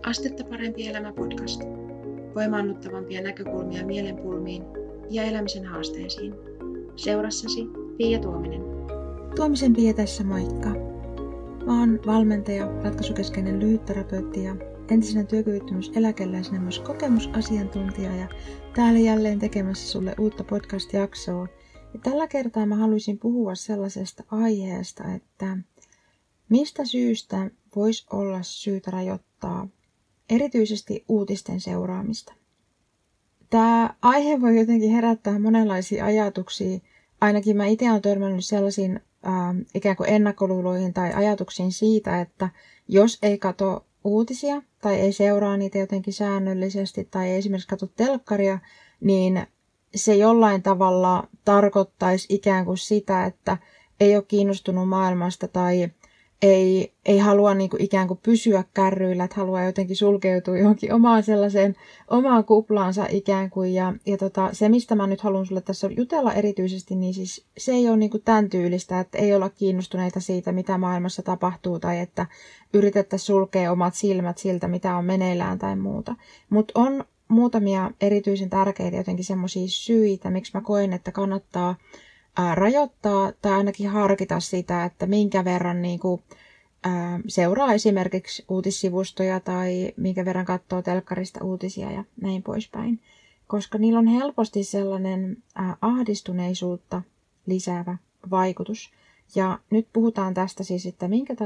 Astetta parempi elämä podcast. Voimaannuttavampia näkökulmia mielenpulmiin ja elämisen haasteisiin. Seurassasi Pia Tuominen. Tuomisen Pia tässä, moikka. Mä oon valmentaja, ratkaisukeskeinen lyhytterapeutti ja entisenä työkyvyttömyyseläkeläisenä myös kokemusasiantuntija ja täällä jälleen tekemässä sulle uutta podcast-jaksoa. Ja tällä kertaa mä haluaisin puhua sellaisesta aiheesta, että mistä syystä voisi olla syytä rajoittaa erityisesti uutisten seuraamista. Tämä aihe voi jotenkin herättää monenlaisia ajatuksia. Ainakin mä itse olen törmännyt sellaisiin ikään kuin ennakkoluuloihin tai ajatuksiin siitä, että jos ei katso uutisia tai ei seuraa niitä jotenkin säännöllisesti tai ei esimerkiksi katso telkkaria, niin se jollain tavalla tarkoittaisi ikään kuin sitä, että ei ole kiinnostunut maailmasta tai ei halua niin kuin ikään kuin pysyä kärryillä, että haluaa jotenkin sulkeutua johonkin omaan kuplaansa ikään kuin. Ja se, mistä mä nyt haluan sulle tässä jutella erityisesti, niin siis se ei ole niin kuin tämän tyylistä, että ei olla kiinnostuneita siitä, mitä maailmassa tapahtuu tai että yritettäisiin sulkea omat silmät siltä, mitä on meneillään tai muuta. Mutta on muutamia erityisen tärkeitä jotenkin semmoisia syitä, miksi mä koen, että kannattaa rajoittaa tai ainakin harkita sitä, että minkä verran niin kuin, seuraa esimerkiksi uutissivustoja tai minkä verran katsoo telkkarista uutisia ja näin poispäin. Koska niillä on helposti sellainen ahdistuneisuutta lisäävä vaikutus. Ja nyt puhutaan tästä siis, että minkä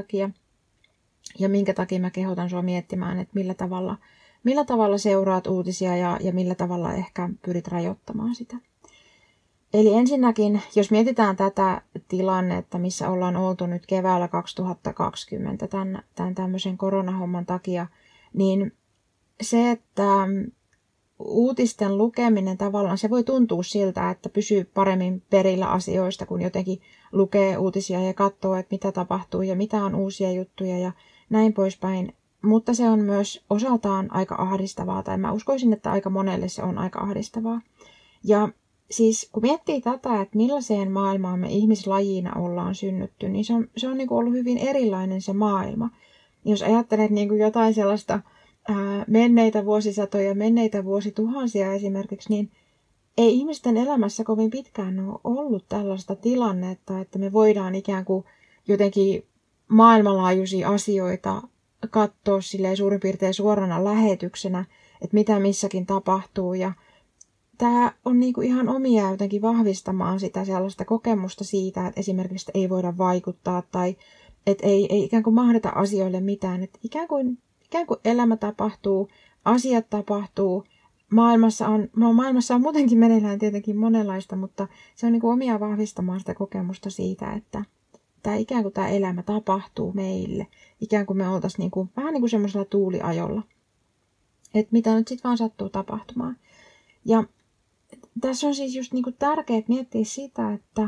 takia mä kehotan sua miettimään, että millä tavalla seuraat uutisia ja millä tavalla ehkä pyrit rajoittamaan sitä. Eli ensinnäkin, jos mietitään tätä tilannetta, missä ollaan oltu nyt keväällä 2020 tämän tämmöisen koronahomman takia, niin se, että uutisten lukeminen tavallaan, se voi tuntua siltä, että pysyy paremmin perillä asioista, kun jotenkin lukee uutisia ja katsoo, että mitä tapahtuu ja mitä on uusia juttuja ja näin poispäin. Mutta se on myös osaltaan aika ahdistavaa, tai mä uskoisin, että aika monelle se on aika ahdistavaa. Ja siis kun miettii tätä, että millaiseen maailmaan me ihmislajina ollaan synnytty, niin se on niin kuin ollut hyvin erilainen se maailma. Jos ajattelet niin kuin jotain sellaista menneitä vuosisatoja, menneitä vuosituhansia esimerkiksi, niin ei ihmisten elämässä kovin pitkään ole ollut tällaista tilannetta, että me voidaan ikään kuin jotenkin maailmanlaajuisia asioita katsoa silleen suurin piirtein suorana lähetyksenä, että mitä missäkin tapahtuu. Ja tämä on niinku ihan omia jotenkin vahvistamaan sitä sellaista kokemusta siitä, että esimerkiksi ei voida vaikuttaa tai että ei ikään kuin mahdeta asioille mitään. Että ikään kuin elämä tapahtuu, asiat tapahtuu, maailmassa on muutenkin meneillään tietenkin monenlaista, mutta se on niinku omia vahvistamaan sitä kokemusta siitä, että ikään kuin tämä elämä tapahtuu meille. Ikään kuin me oltaisiin niinku, vähän niin kuin semmoisella tuuliajolla. Että mitä nyt sitten vaan sattuu tapahtumaan. Ja tässä on siis just niinku tärkeää miettiä sitä, että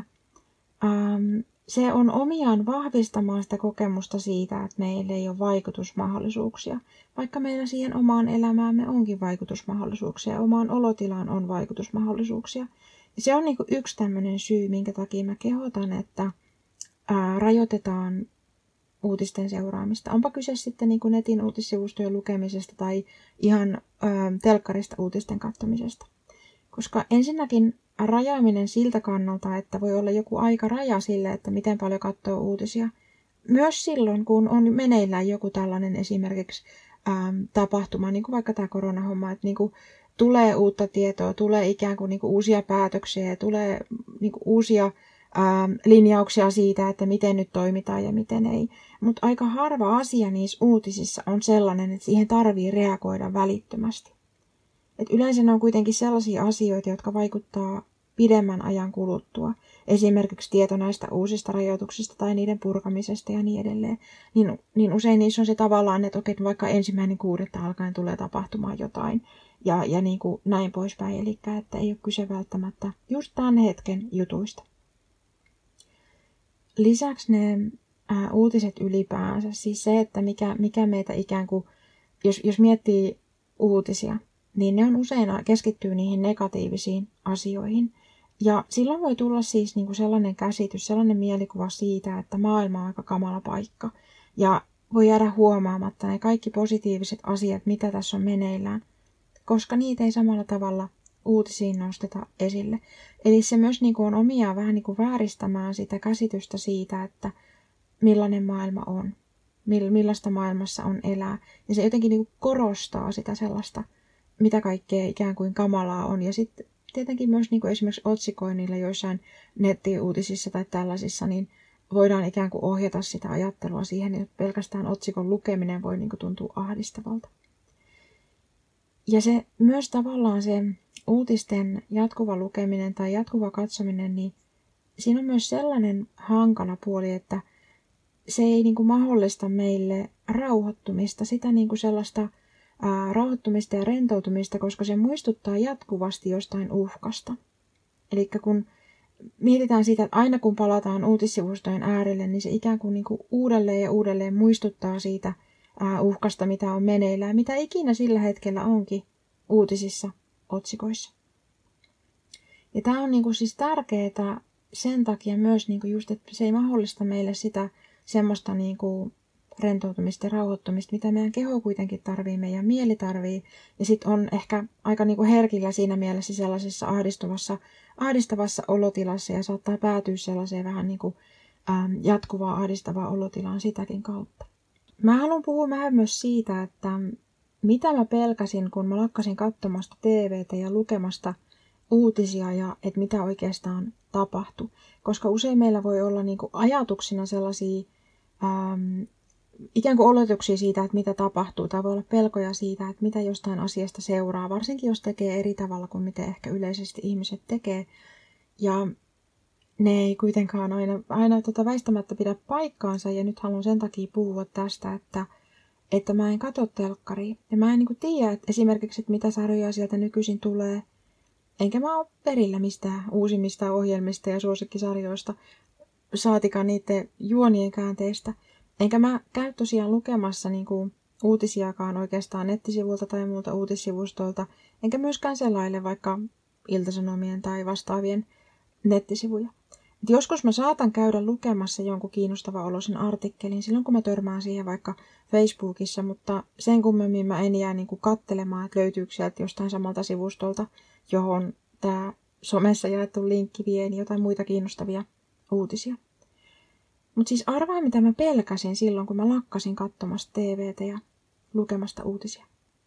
se on omiaan vahvistamaan sitä kokemusta siitä, että meillä ei ole vaikutusmahdollisuuksia. Vaikka meillä siihen omaan elämäämme onkin vaikutusmahdollisuuksia ja omaan olotilaan on vaikutusmahdollisuuksia. Ja se on niinku yksi tämmöinen syy, minkä takia mä kehotan, että rajoitetaan uutisten seuraamista. Onpa kyse sitten niin kuin netin uutissivustojen lukemisesta tai ihan telkkarista uutisten katsomisesta. Koska ensinnäkin rajaaminen siltä kannalta, että voi olla joku aikaraja sille, että miten paljon katsoo uutisia. Myös silloin, kun on meneillään joku tällainen esimerkiksi tapahtuma, niin kuin vaikka tämä koronahomma, että niin kuin tulee uutta tietoa, tulee ikään kuin, uusia päätöksiä, tulee niin kuin uusia linjauksia siitä, että miten nyt toimitaan ja miten ei. Mutta aika harva asia niissä uutisissa on sellainen, että siihen tarvii reagoida välittömästi. Et yleensä ne on kuitenkin sellaisia asioita, jotka vaikuttaa pidemmän ajan kuluttua. Esimerkiksi tieto näistä uusista rajoituksista tai niiden purkamisesta ja niin edelleen. Niin usein niissä on se tavallaan, että okei, vaikka 1.6. alkaen tulee tapahtumaan jotain ja niin kuin näin poispäin. Eli että ei ole kyse välttämättä just tämän hetken jutuista. Lisäksi ne uutiset ylipäänsä, siis se, että mikä meitä ikään kuin, jos miettii uutisia, niin ne on usein keskittyy niihin negatiivisiin asioihin. Ja silloin voi tulla siis niin kuin sellainen käsitys, sellainen mielikuva siitä, että maailma on aika kamala paikka. Ja voi jäädä huomaamatta ne kaikki positiiviset asiat, mitä tässä on meneillään, koska niitä ei samalla tavalla uutisiin nosteta esille. Eli se myös niin kuin on omiaan vähän niin kuin vääristämään sitä käsitystä siitä, että millainen maailma on, millaista maailmassa on elää. Ja se jotenkin niin kuin korostaa sitä sellaista, mitä kaikkea ikään kuin kamalaa on. Ja sitten tietenkin myös niin kuin esimerkiksi otsikoinnilla joissain nettiuutisissa tai tällaisissa, niin voidaan ikään kuin ohjata sitä ajattelua siihen, että pelkästään otsikon lukeminen voi niin kuin tuntua ahdistavalta. Ja se myös tavallaan se uutisten jatkuva lukeminen tai jatkuva katsominen, niin siinä on myös sellainen hankala puoli, että se ei niin kuin mahdollista meille rauhoittumista, sitä niin kuin sellaista rauhoittumista ja rentoutumista, koska se muistuttaa jatkuvasti jostain uhkasta. Eli kun mietitään sitä, että aina kun palataan uutissivustojen äärelle, niin se ikään kuin, uudelleen ja uudelleen muistuttaa siitä uhkasta, mitä on meneillään, mitä ikinä sillä hetkellä onkin uutisissa, otsikoissa. Ja tämä on niin kuin siis tärkeää sen takia myös, niin kuin just, että se ei mahdollista meille sitä semmoista niin kuin rentoutumista ja rauhoittumista, mitä meidän keho kuitenkin tarvii, meidän mieli tarvii. Ja sitten on ehkä aika niin kuin herkillä siinä mielessä sellaisessa ahdistavassa olotilassa ja saattaa päätyä sellaiseen vähän niin kuin jatkuvaa ahdistavaa olotilaan sitäkin kautta. Mä haluan puhua vähän myös siitä, että mitä mä pelkäsin, kun mä lakkasin katsomasta TVtä ja lukemasta uutisia ja että mitä oikeastaan tapahtui. Koska usein meillä voi olla niin kuin ajatuksina sellaisia ikään kuin oletuksia siitä, että mitä tapahtuu, tai voi olla pelkoja siitä, että mitä jostain asiasta seuraa, varsinkin jos tekee eri tavalla kuin mitä ehkä yleisesti ihmiset tekee. Ja ne ei kuitenkaan aina väistämättä pidä paikkaansa, ja nyt haluan sen takia puhua tästä, että mä en katso telkkaria. Ja mä en niin kuin tiedä, että esimerkiksi, että mitä sarjoja sieltä nykyisin tulee, enkä mä ole perillä mistään uusimmista ohjelmista ja suosikkisarjoista, saatikaan niiden juonien käänteistä. Enkä mä käy tosiaan lukemassa niin kuin uutisiakaan oikeastaan nettisivulta tai muulta uutissivustolta, enkä myöskään selaile vaikka Ilta-Sanomien tai vastaavien nettisivuja. Et joskus mä saatan käydä lukemassa jonkun kiinnostavan oloisen artikkelin silloin, kun mä törmään siihen vaikka Facebookissa, mutta sen kummemmin mä en jää niin kuin katselemaan, että löytyykö sieltä jostain samalta sivustolta, johon tämä somessa jaettu linkki vie, niin jotain muita kiinnostavia uutisia. Mutta siis arvaa, mitä mä pelkäsin silloin, kun mä lakkasin katsomasta TVtä ja lukemasta uutisia.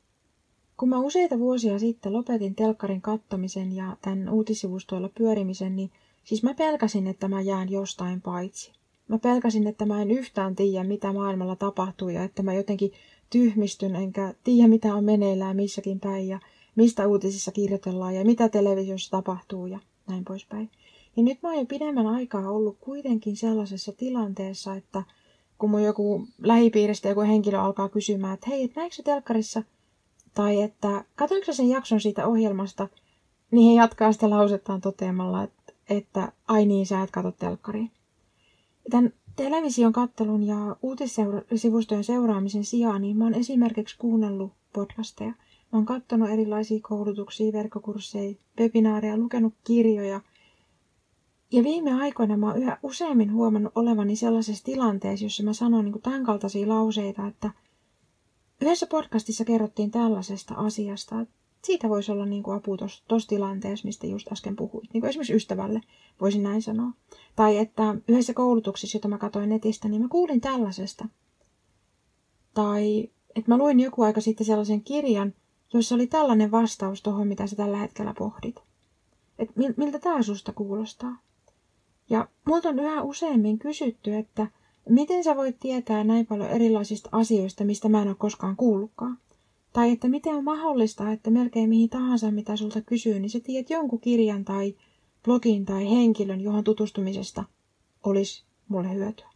Kun mä useita vuosia sitten lopetin telkkarin kattomisen ja tämän uutissivustoilla pyörimisen, niin siis mä pelkäsin, että mä jään jostain paitsi. Mä pelkäsin, että mä en yhtään tiedä, mitä maailmalla tapahtuu ja että mä jotenkin tyhmistyn, enkä tiedä, mitä on meneillään missäkin päin ja mistä uutisissa kirjoitellaan ja mitä televisiossa tapahtuu ja näin poispäin. Ja nyt mä oon jo pidemmän aikaa ollut kuitenkin sellaisessa tilanteessa, että kun mun joku lähipiiristä joku henkilö alkaa kysymään, että hei, et näetkö sä telkkarissa? Tai että katoinko sä sen jakson siitä ohjelmasta? Niin he jatkaa sitä lausettaan toteamalla, että ai niin, sä et katso telkkaria. Tämän television kattelun ja uutissivustojen seuraamisen sijaan, niin mä oon esimerkiksi kuunnellut podcasteja. Mä oon katsonut erilaisia koulutuksia, verkkokursseja, webinaareja, lukenut kirjoja. Ja viime aikoina mä oon yhä useammin huomannut olevani sellaisessa tilanteessa, jossa mä sanon niin tämän kaltaisia lauseita, että yhdessä podcastissa kerrottiin tällaisesta asiasta, että siitä voisi olla niin kuin apu tuossa tilanteessa, mistä just äsken puhuit. Niin kuin esimerkiksi ystävälle voisin näin sanoa. Tai että yhdessä koulutuksessa, jota mä katsoin netistä, niin mä kuulin tällaisesta. Tai että mä luin joku aika sitten sellaisen kirjan, jossa oli tällainen vastaus tuohon, mitä sä tällä hetkellä pohdit. Että miltä tää susta kuulostaa? Ja multa on yhä useammin kysytty, että miten sä voit tietää näin paljon erilaisista asioista, mistä mä en ole koskaan kuullutkaan? Tai että miten on mahdollista, että melkein mihin tahansa, mitä sulta kysyy, niin sä tiedät jonkun kirjan tai blogin tai henkilön, johon tutustumisesta olisi mulle hyötyä.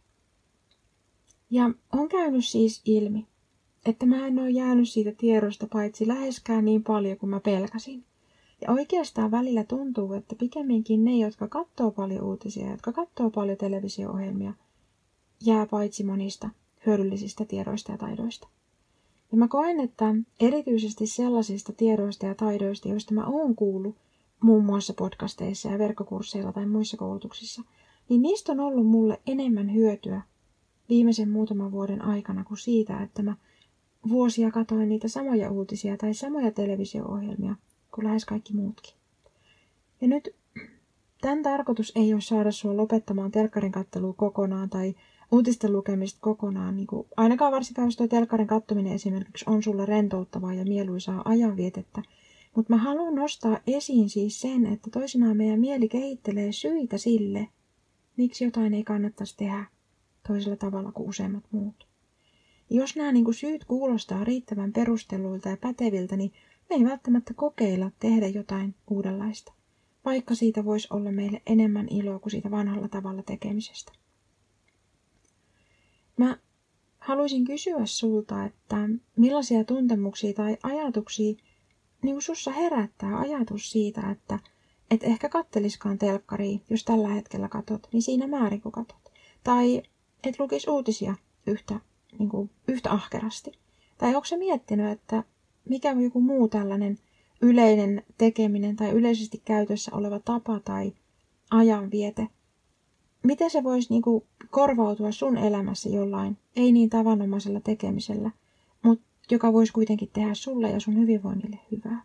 Ja on käynyt siis ilmi, että mä en ole jäänyt siitä tiedosta paitsi läheskään niin paljon kuin mä pelkäsin. Ja oikeastaan välillä tuntuu, että pikemminkin ne, jotka katsoo paljon uutisia, jotka katsoo paljon televisio-ohjelmia, jää paitsi monista hyödyllisistä tiedoista ja taidoista. Ja mä koen, että erityisesti sellaisista tiedoista ja taidoista, joista mä oon kuullut muun muassa podcasteissa ja verkkokursseilla tai muissa koulutuksissa, niin niistä on ollut mulle enemmän hyötyä viimeisen muutaman vuoden aikana kuin siitä, että mä vuosia katoin niitä samoja uutisia tai samoja televisio-ohjelmia kuin lähes kaikki muutkin. Ja nyt tämän tarkoitus ei ole saada sua lopettamaan telkkarin kattelua kokonaan tai uutisten lukemista kokonaan. Niin kuin, ainakaan varsinkaan, jos tuo telkkarin kattominen esimerkiksi on sulle rentouttavaa ja mieluisaa ajanvietettä. Mutta mä haluan nostaa esiin siis sen, että toisinaan meidän mieli kehittelee syitä sille, miksi jotain ei kannattaisi tehdä toisella tavalla kuin useimmat muut. Jos nämä syyt kuulostaa riittävän perustelluilta ja päteviltä, niin me ei välttämättä kokeilla tehdä jotain uudenlaista, vaikka siitä voisi olla meille enemmän iloa kuin siitä vanhalla tavalla tekemisestä. Mä haluaisin kysyä sulta, että millaisia tuntemuksia tai ajatuksia sussa herättää ajatus siitä, että et ehkä katteliskaan telkkaria, jos tällä hetkellä katot, niin siinä määrin kun katot. Tai et lukis uutisia yhtä ahkerasti. Tai onko sä miettinyt, että mikä on joku muu tällainen yleinen tekeminen tai yleisesti käytössä oleva tapa tai ajanviete? Miten se voisi korvautua sun elämässä jollain, ei niin tavanomaisella tekemisellä, mutta joka voisi kuitenkin tehdä sulle ja sun hyvinvoinnille hyvää?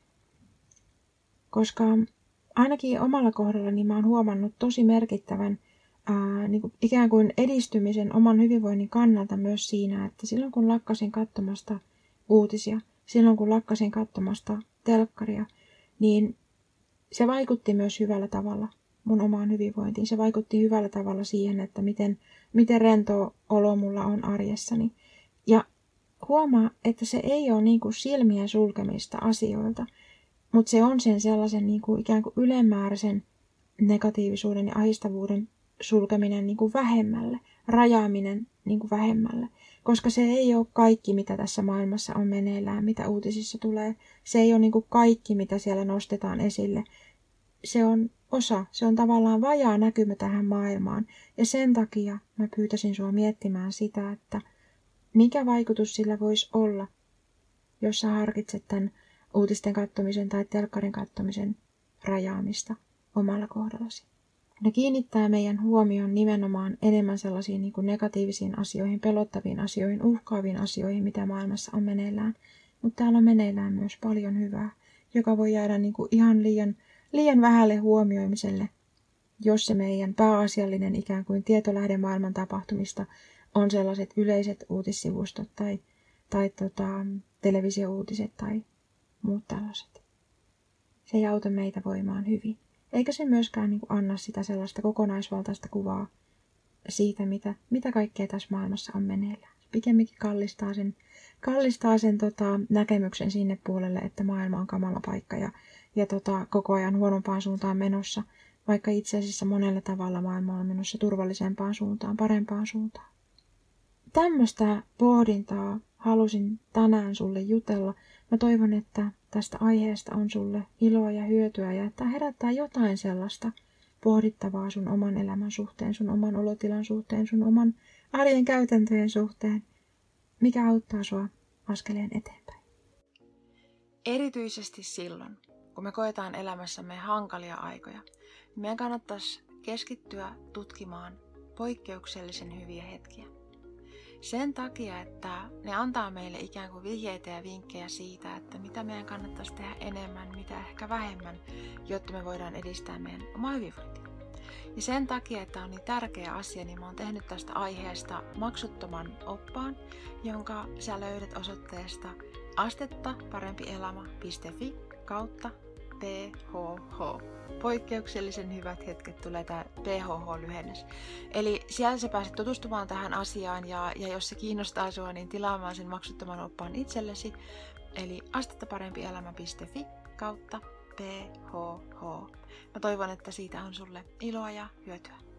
Koska ainakin omalla kohdallani mä oon huomannut tosi merkittävän ikään kuin edistymisen oman hyvinvoinnin kannalta myös siinä, että silloin kun lakkasin katsomasta uutisia, silloin kun lakkasin katsomasta telkkaria, niin se vaikutti myös hyvällä tavalla mun omaan hyvinvointiin. Se vaikutti hyvällä tavalla siihen, että miten rento olo mulla on arjessani. Ja huomaa, että se ei ole silmien sulkemista asioilta, mutta se on sen sellaisen ikään kuin ylemmääräisen negatiivisuuden ja ahdistavuuden sulkeminen vähemmälle, rajaaminen vähemmälle. Koska se ei ole kaikki, mitä tässä maailmassa on meneillään, mitä uutisissa tulee. Se ei ole kaikki, mitä siellä nostetaan esille. Se on osa, se on tavallaan vajaa näkymä tähän maailmaan. Ja sen takia mä pyytäisin sua miettimään sitä, että mikä vaikutus sillä voisi olla, jos sä harkitset tämän uutisten katsomisen tai telkkarin katsomisen rajaamista omalla kohdallasi. Ne kiinnittää meidän huomioon nimenomaan enemmän sellaisiin negatiivisiin asioihin, pelottaviin asioihin, uhkaaviin asioihin, mitä maailmassa on meneillään. Mutta täällä on meneillään myös paljon hyvää, joka voi jäädä ihan liian vähälle huomioimiselle, jos se meidän pääasiallinen ikään kuin tietolähde maailman tapahtumista on sellaiset yleiset uutissivustot tai televisiouutiset tai muut tällaiset. Se ei auta meitä voimaan hyvin. Eikä se myöskään anna sitä sellaista kokonaisvaltaista kuvaa siitä, mitä kaikkea tässä maailmassa on meneillään. Se pikemminkin kallistaa sen näkemyksen sinne puolelle, että maailma on kamala paikka ja koko ajan huonompaan suuntaan menossa, vaikka itse asiassa monella tavalla maailma on menossa turvallisempaan suuntaan, parempaan suuntaan. Tämmöistä pohdintaa halusin tänään sulle jutella. Mä toivon, että tästä aiheesta on sulle iloa ja hyötyä ja että herättää jotain sellaista pohdittavaa sun oman elämän suhteen, sun oman olotilan suhteen, sun oman arjen käytäntöjen suhteen, mikä auttaa sua askeleen eteenpäin. Erityisesti silloin, kun me koetaan elämässämme hankalia aikoja, niin meidän kannattaisi keskittyä tutkimaan poikkeuksellisen hyviä hetkiä. Sen takia, että ne antaa meille ikään kuin vihjeitä ja vinkkejä siitä, että mitä meidän kannattaisi tehdä enemmän, mitä ehkä vähemmän, jotta me voidaan edistää meidän omaa hyvinvointia. Ja sen takia, että on niin tärkeä asia, niin mä oon tehnyt tästä aiheesta maksuttoman oppaan, jonka sä löydät osoitteesta astettaparempielama.fi/PHH. Poikkeuksellisen hyvät hetket tulee tämä PHH-lyhennys. Eli siellä sä pääset tutustumaan tähän asiaan ja jos se kiinnostaa sua, niin tilaamaan sen maksuttoman oppaan itsellesi. Eli astettaparempielama.fi/PHH. Mä toivon, että siitä on sulle iloa ja hyötyä.